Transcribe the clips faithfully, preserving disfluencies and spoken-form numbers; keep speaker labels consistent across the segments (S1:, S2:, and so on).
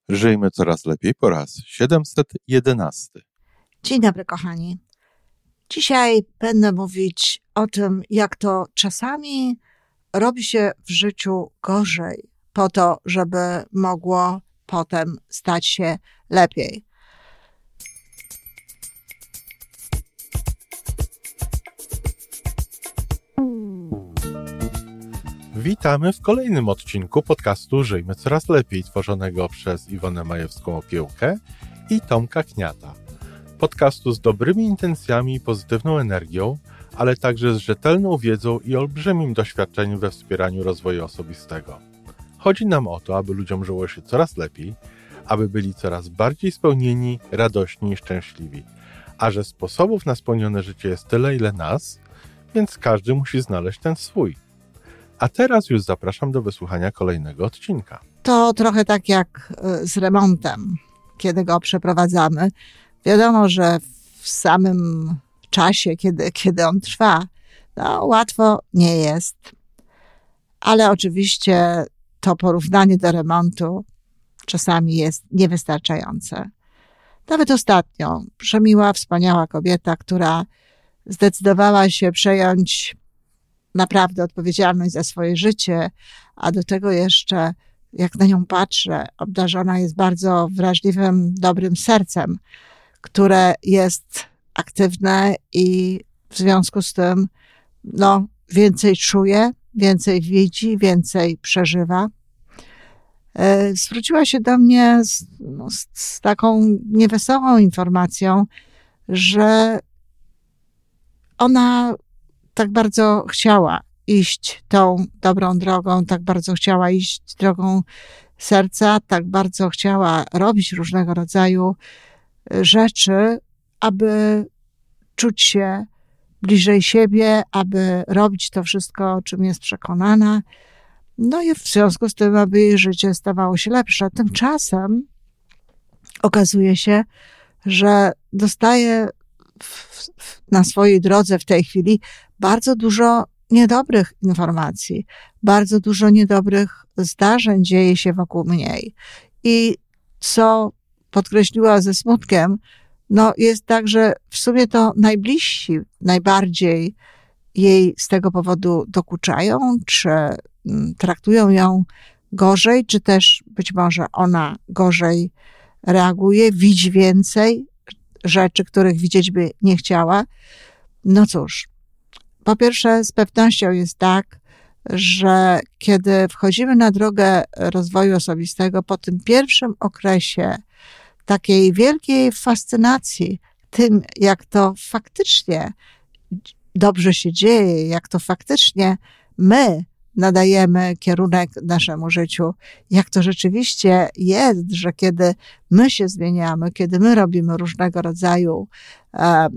S1: Żyjmy coraz lepiej po raz siedemset jedenasty.
S2: Dzień dobry, kochani. Dzisiaj będę mówić o tym, jak to czasami robi się w życiu gorzej, po to, żeby mogło potem stać się lepiej.
S1: Witamy w kolejnym odcinku podcastu Żyjmy Coraz Lepiej, tworzonego przez Iwonę Majewską-Opiełkę i Tomka Kniata. Podcastu z dobrymi intencjami i pozytywną energią, ale także z rzetelną wiedzą i olbrzymim doświadczeniem we wspieraniu rozwoju osobistego. Chodzi nam o to, aby ludziom żyło się coraz lepiej, aby byli coraz bardziej spełnieni, radośni i szczęśliwi. A że sposobów na spełnione życie jest tyle, ile nas, więc każdy musi znaleźć ten swój. A teraz już zapraszam do wysłuchania kolejnego odcinka.
S2: To trochę tak jak z remontem, kiedy go przeprowadzamy. Wiadomo, że w samym czasie, kiedy, kiedy on trwa, no łatwo nie jest. Ale oczywiście to porównanie do remontu czasami jest niewystarczające. Nawet ostatnio przemiła, wspaniała kobieta, która zdecydowała się przejąć naprawdę odpowiedzialność za swoje życie, a do tego jeszcze, jak na nią patrzę, obdarzona jest bardzo wrażliwym, dobrym sercem, które jest aktywne i w związku z tym no, więcej czuje, więcej widzi, więcej przeżywa. Zwróciła się do mnie z, no, z, z taką niewesołą informacją, że ona tak bardzo chciała iść tą dobrą drogą, tak bardzo chciała iść drogą serca, tak bardzo chciała robić różnego rodzaju rzeczy, aby czuć się bliżej siebie, aby robić to wszystko, o czym jest przekonana. No i w związku z tym, aby jej życie stawało się lepsze. Tymczasem okazuje się, że dostaje w, w, na swojej drodze w tej chwili bardzo dużo niedobrych informacji, bardzo dużo niedobrych zdarzeń dzieje się wokół niej. I co podkreśliła ze smutkiem, no jest tak, że w sumie to najbliżsi najbardziej jej z tego powodu dokuczają, czy traktują ją gorzej, czy też być może ona gorzej reaguje, widzi więcej rzeczy, których widzieć by nie chciała. No cóż, po pierwsze z pewnością jest tak, że kiedy wchodzimy na drogę rozwoju osobistego, po tym pierwszym okresie takiej wielkiej fascynacji tym, jak to faktycznie dobrze się dzieje, jak to faktycznie my nadajemy kierunek naszemu życiu, jak to rzeczywiście jest, że kiedy my się zmieniamy, kiedy my robimy różnego rodzaju um,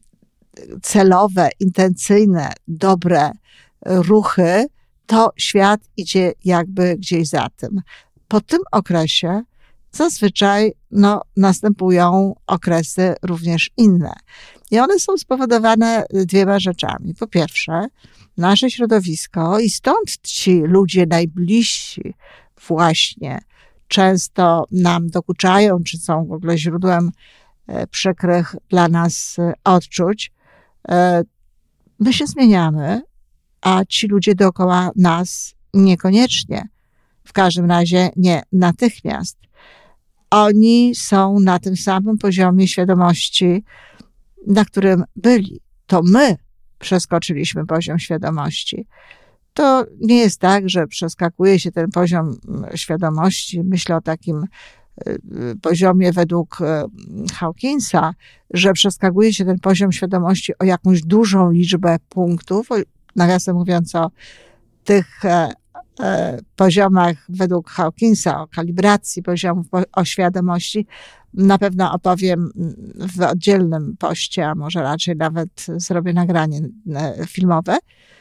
S2: celowe, intencyjne, dobre ruchy, to świat idzie jakby gdzieś za tym. Po tym okresie zazwyczaj no, następują okresy również inne. I one są spowodowane dwiema rzeczami. Po pierwsze, nasze środowisko i stąd ci ludzie najbliżsi właśnie często nam dokuczają, czy są w ogóle źródłem przykrych dla nas odczuć. My się zmieniamy, a ci ludzie dookoła nas niekoniecznie. W każdym razie nie natychmiast. Oni są na tym samym poziomie świadomości, na którym byli. To my przeskoczyliśmy poziom świadomości. To nie jest tak, że przeskakuje się ten poziom świadomości. Myślę o takim poziomie według Hawkinsa, że przeskakuje się ten poziom świadomości o jakąś dużą liczbę punktów. Nawiasem mówiąc o tych poziomach według Hawkinsa, o kalibracji poziomów o świadomości, na pewno opowiem w oddzielnym poście, a może raczej nawet zrobię nagranie filmowe.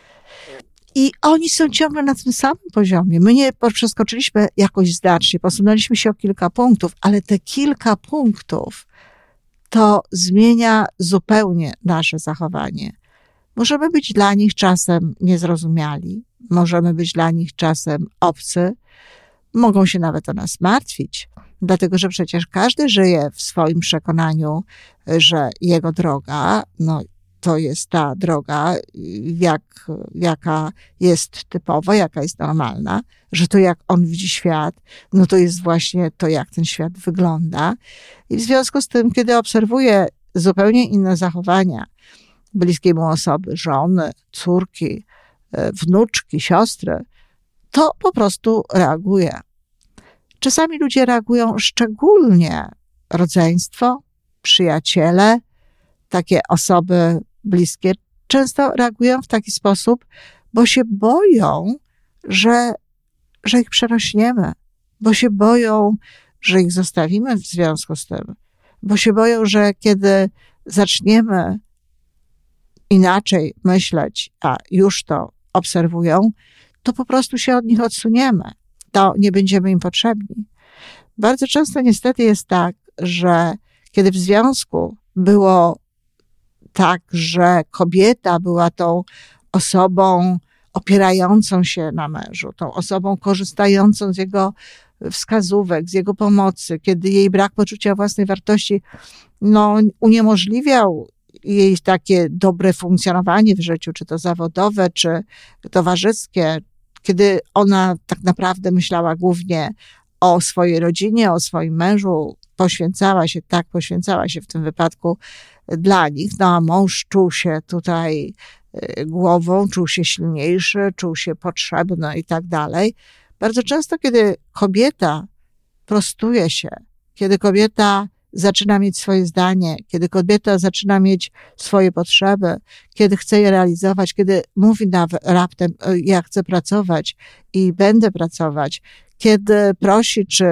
S2: I oni są ciągle na tym samym poziomie. My nie przeskoczyliśmy jakoś znacznie, posunęliśmy się o kilka punktów, ale te kilka punktów to zmienia zupełnie nasze zachowanie. Możemy być dla nich czasem niezrozumiali, możemy być dla nich czasem obcy, mogą się nawet o nas martwić, Dlatego, że przecież każdy żyje w swoim przekonaniu, że jego droga, no to jest ta droga, jak, jaka jest typowa, jaka jest normalna, że to jak on widzi świat, no to jest właśnie to, jak ten świat wygląda. I w związku z tym, kiedy obserwuje zupełnie inne zachowania bliskiej mu osoby, żony, córki, wnuczki, siostry, to po prostu reaguje. Czasami ludzie reagują szczególnie rodzeństwo, przyjaciele, takie osoby bliskie, często reagują w taki sposób, bo się boją, że, że ich przerośniemy, bo się boją, że ich zostawimy w związku z tym, bo się boją, że kiedy zaczniemy inaczej myśleć, a już to obserwują, to po prostu się od nich odsuniemy. To nie będziemy im potrzebni. Bardzo często niestety jest tak, że kiedy w związku było tak, że kobieta była tą osobą opierającą się na mężu, tą osobą korzystającą z jego wskazówek, z jego pomocy, kiedy jej brak poczucia własnej wartości no, uniemożliwiał jej takie dobre funkcjonowanie w życiu, czy to zawodowe, czy towarzyskie, kiedy ona tak naprawdę myślała głównie o swojej rodzinie, o swoim mężu, poświęcała się, tak, poświęcała się w tym wypadku dla nich, no a mąż czuł się tutaj głową, czuł się silniejszy, czuł się potrzebny i tak dalej. Bardzo często, kiedy kobieta prostuje się, kiedy kobieta zaczyna mieć swoje zdanie, kiedy kobieta zaczyna mieć swoje potrzeby, kiedy chce je realizować, kiedy mówi nawet raptem, ja chcę pracować i będę pracować, kiedy prosi, czy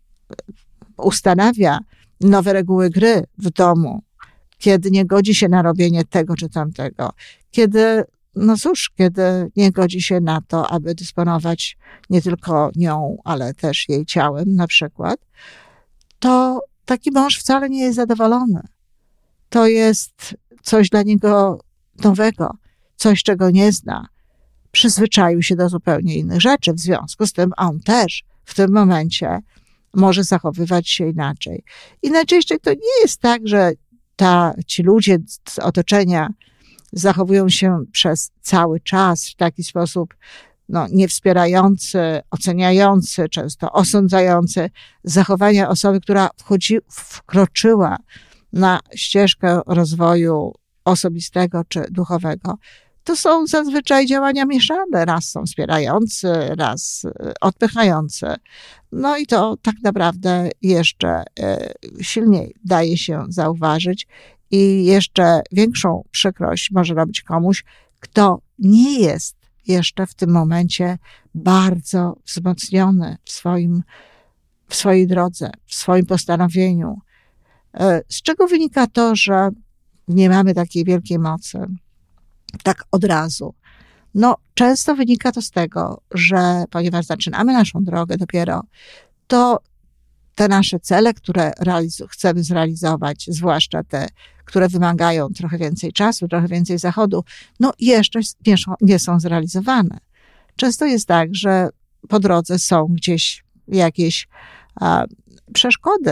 S2: ustanawia nowe reguły gry w domu, kiedy nie godzi się na robienie tego czy tamtego, kiedy, no cóż, kiedy nie godzi się na to, aby dysponować nie tylko nią, ale też jej ciałem na przykład, to taki mąż wcale nie jest zadowolony. To jest coś dla niego nowego, coś, czego nie zna. Przyzwyczaił się do zupełnie innych rzeczy, w związku z tym on też w tym momencie może zachowywać się inaczej. I najczęściej to nie jest tak, że ta, ci ludzie z otoczenia zachowują się przez cały czas w taki sposób no, niewspierający, oceniający, często osądzający zachowania osoby, która wchodzi, wkroczyła na ścieżkę rozwoju osobistego czy duchowego. To są zazwyczaj działania mieszane. Raz są wspierający, raz odpychający. No i to tak naprawdę jeszcze silniej daje się zauważyć i jeszcze większą przykrość może robić komuś, kto nie jest jeszcze w tym momencie bardzo wzmocniony w swoim, w swojej drodze, w swoim postanowieniu. Z czego wynika to, że nie mamy takiej wielkiej mocy tak od razu? No, często wynika to z tego, że ponieważ zaczynamy naszą drogę dopiero, to te nasze cele, które realiz- chcemy zrealizować, zwłaszcza te, które wymagają trochę więcej czasu, trochę więcej zachodu, no jeszcze nie, nie są zrealizowane. Często jest tak, że po drodze są gdzieś jakieś a, przeszkody.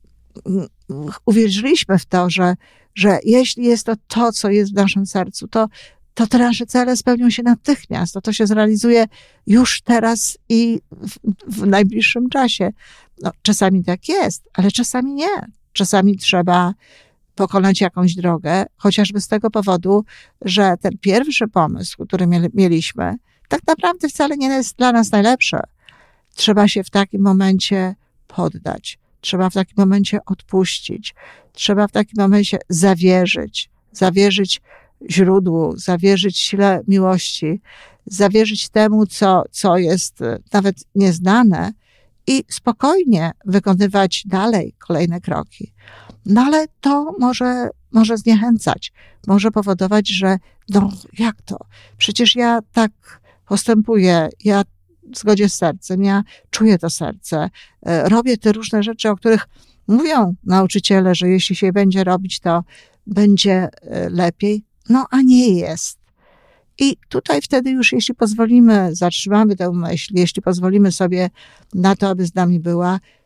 S2: Uwierzyliśmy w to, że, że jeśli jest to to, co jest w naszym sercu, to, to te nasze cele spełnią się natychmiast, to to się zrealizuje już teraz i w, w najbliższym czasie. No, czasami tak jest, ale czasami nie. Czasami trzeba pokonać jakąś drogę, chociażby z tego powodu, że ten pierwszy pomysł, który mieliśmy, tak naprawdę wcale nie jest dla nas najlepszy. Trzeba się w takim momencie poddać. Trzeba w takim momencie odpuścić. Trzeba w takim momencie zawierzyć. Zawierzyć źródłu, zawierzyć sile miłości, zawierzyć temu, co, co jest nawet nieznane i spokojnie wykonywać dalej kolejne kroki. No ale to może, może zniechęcać, może powodować, że no jak to? Przecież ja tak postępuję, ja w zgodzie z sercem, ja czuję to serce, robię te różne rzeczy, o których mówią nauczyciele, że jeśli się będzie robić, to będzie lepiej, no a nie jest. I tutaj wtedy już, jeśli pozwolimy, zatrzymamy tę myśl, jeśli pozwolimy sobie na to, aby z nami była,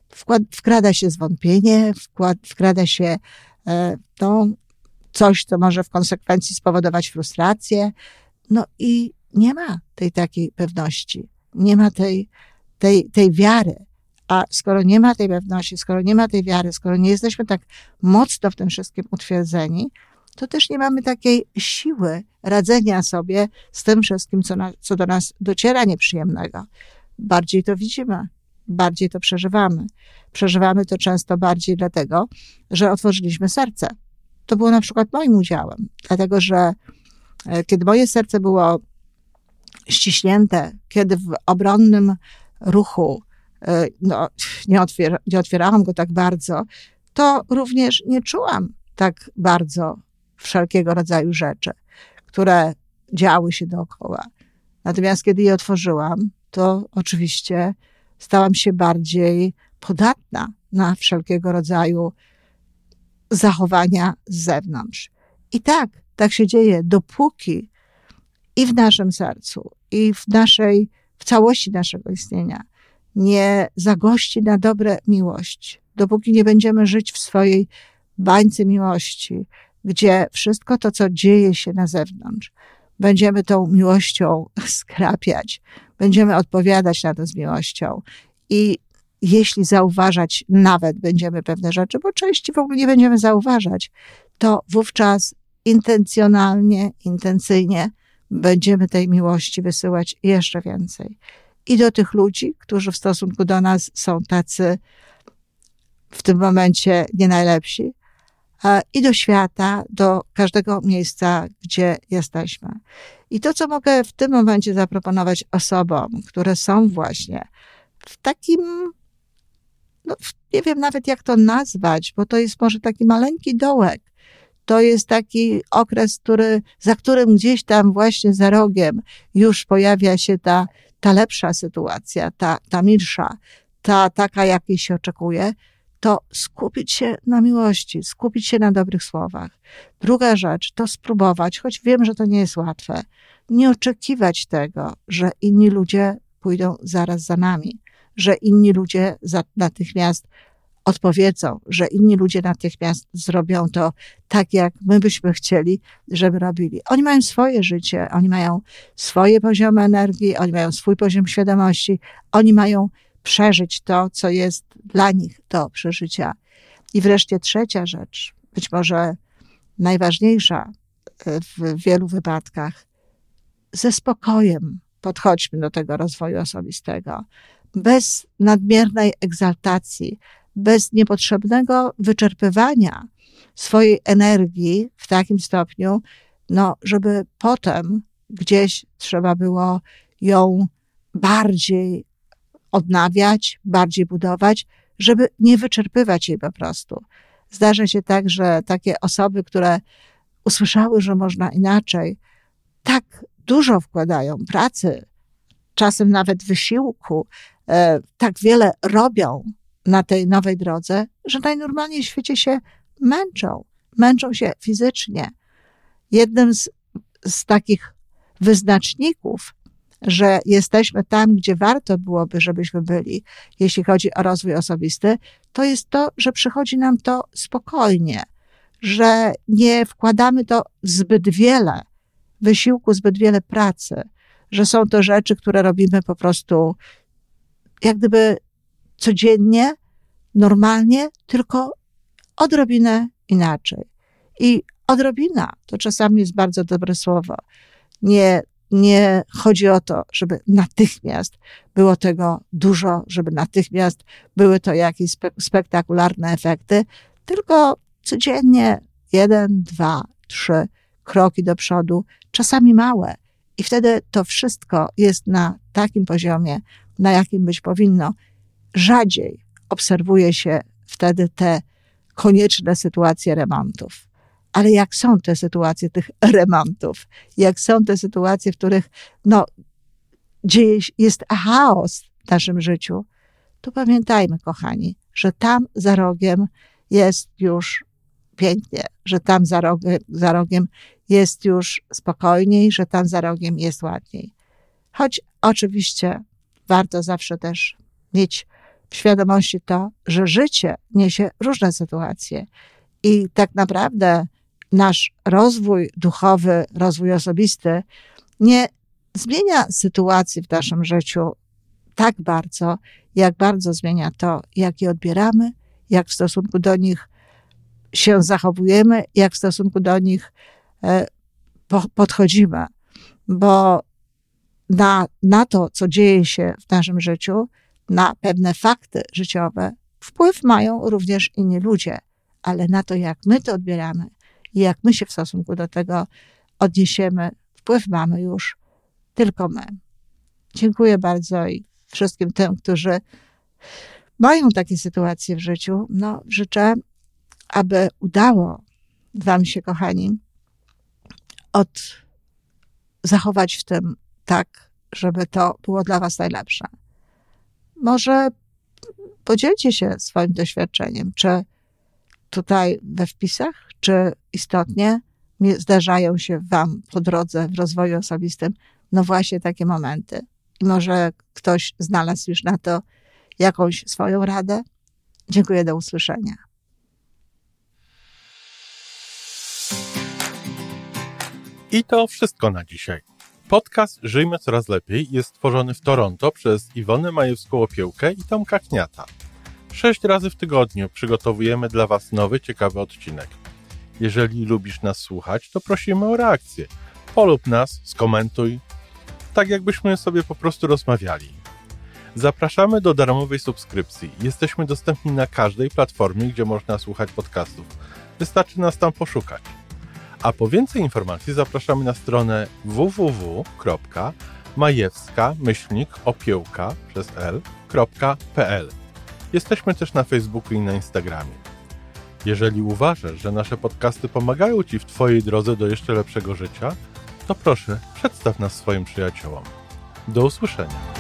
S2: wkład, wkrada się zwątpienie, wkład, wkrada się e, no, coś, co może w konsekwencji spowodować frustrację. No i nie ma tej takiej pewności, nie ma tej, tej, tej wiary. A skoro nie ma tej pewności, skoro nie ma tej wiary, skoro nie jesteśmy tak mocno w tym wszystkim utwierdzeni, to też nie mamy takiej siły radzenia sobie z tym wszystkim, co, na, co do nas dociera nieprzyjemnego. Bardziej to widzimy, bardziej to przeżywamy. Przeżywamy to często bardziej dlatego, że otworzyliśmy serce. To było na przykład moim udziałem, dlatego że kiedy moje serce było ściśnięte, kiedy w obronnym ruchu no, nie, otwiera, nie otwierałam go tak bardzo, to również nie czułam tak bardzo wszelkiego rodzaju rzeczy, które działy się dookoła. Natomiast kiedy je otworzyłam, to oczywiście stałam się bardziej podatna na wszelkiego rodzaju zachowania z zewnątrz. I tak, tak się dzieje, dopóki i w naszym sercu, i w naszej, w całości naszego istnienia nie zagości na dobre miłość, dopóki nie będziemy żyć w swojej bańce miłości, gdzie wszystko to, co dzieje się na zewnątrz, będziemy tą miłością skrapiać, będziemy odpowiadać na to z miłością i jeśli zauważać nawet będziemy pewne rzeczy, bo części w ogóle nie będziemy zauważać, to wówczas intencjonalnie, intencyjnie będziemy tej miłości wysyłać jeszcze więcej. I do tych ludzi, którzy w stosunku do nas są tacy w tym momencie nie najlepsi, i do świata, do każdego miejsca, gdzie jesteśmy. I to, co mogę w tym momencie zaproponować osobom, które są właśnie w takim, no, nie wiem nawet jak to nazwać, bo to jest może taki maleńki dołek. To jest taki okres, który, za którym gdzieś tam właśnie za rogiem już pojawia się ta, ta lepsza sytuacja, ta, ta milsza, ta taka, jakiej się oczekuje, to skupić się na miłości, skupić się na dobrych słowach. Druga rzecz, to spróbować, choć wiem, że to nie jest łatwe, nie oczekiwać tego, że inni ludzie pójdą zaraz za nami, że inni ludzie za, natychmiast odpowiedzą, że inni ludzie natychmiast zrobią to tak, jak my byśmy chcieli, żeby robili. Oni mają swoje życie, oni mają swoje poziomy energii, oni mają swój poziom świadomości, oni mają przeżyć to, co jest dla nich do przeżycia. I wreszcie trzecia rzecz, być może najważniejsza w wielu wypadkach, ze spokojem podchodźmy do tego rozwoju osobistego, bez nadmiernej egzaltacji, bez niepotrzebnego wyczerpywania swojej energii w takim stopniu, no, żeby potem gdzieś trzeba było ją bardziej odnawiać, bardziej budować, żeby nie wyczerpywać jej po prostu. Zdarza się tak, że takie osoby, które usłyszały, że można inaczej, tak dużo wkładają pracy, czasem nawet wysiłku, e, tak wiele robią na tej nowej drodze, że najnormalniej w świecie się męczą. Męczą się fizycznie. Jednym z, z takich wyznaczników, że jesteśmy tam, gdzie warto byłoby, żebyśmy byli, jeśli chodzi o rozwój osobisty, to jest to, że przychodzi nam to spokojnie, że nie wkładamy to w zbyt wiele wysiłku, zbyt wiele pracy, że są to rzeczy, które robimy po prostu jak gdyby codziennie, normalnie, tylko odrobinę inaczej. I odrobina to czasami jest bardzo dobre słowo. Nie Nie chodzi o to, żeby natychmiast było tego dużo, żeby natychmiast były to jakieś spe- spektakularne efekty, tylko codziennie jeden, dwa, trzy kroki do przodu, czasami małe. I wtedy to wszystko jest na takim poziomie, na jakim być powinno. Rzadziej obserwuje się wtedy te konieczne sytuacje remontów. Ale jak są te sytuacje tych remontów, jak są te sytuacje, w których no, dzieje się, jest chaos w naszym życiu, to pamiętajmy, kochani, że tam za rogiem jest już pięknie, że tam za rogiem, za rogiem jest już spokojniej, że tam za rogiem jest ładniej. Choć oczywiście warto zawsze też mieć w świadomości to, że życie niesie różne sytuacje i tak naprawdę nasz rozwój duchowy, rozwój osobisty nie zmienia sytuacji w naszym życiu tak bardzo, jak bardzo zmienia to, jak je odbieramy, jak w stosunku do nich się zachowujemy, jak w stosunku do nich podchodzimy. Bo na, na to, co dzieje się w naszym życiu, na pewne fakty życiowe, wpływ mają również inni ludzie, ale na to, jak my to odbieramy i jak my się w stosunku do tego odniesiemy, wpływ mamy już tylko my. Dziękuję bardzo i wszystkim tym, którzy mają takie sytuacje w życiu. No, życzę, aby udało wam się, kochani, od zachować w tym tak, żeby to było dla was najlepsze. Może podzielcie się swoim doświadczeniem, czy tutaj we wpisach, czy istotnie zdarzają się wam po drodze w rozwoju osobistym no właśnie takie momenty. I może ktoś znalazł już na to jakąś swoją radę. Dziękuję, do usłyszenia.
S1: I to wszystko na dzisiaj. Podcast Żyjmy Coraz Lepiej jest stworzony w Toronto przez Iwonę Majewską-Opiełkę i Tomka Kniata. Sześć razy w tygodniu przygotowujemy dla was nowy, ciekawy odcinek. Jeżeli lubisz nas słuchać, to prosimy o reakcję. Polub nas, skomentuj, tak jakbyśmy sobie po prostu rozmawiali. Zapraszamy do darmowej subskrypcji. Jesteśmy dostępni na każdej platformie, gdzie można słuchać podcastów. Wystarczy nas tam poszukać. A po więcej informacji zapraszamy na stronę w w w kropka majewska myślnik opiełka przez l kropka p l. Jesteśmy też na Facebooku i na Instagramie. Jeżeli uważasz, że nasze podcasty pomagają ci w twojej drodze do jeszcze lepszego życia, to proszę, przedstaw nas swoim przyjaciołom. Do usłyszenia.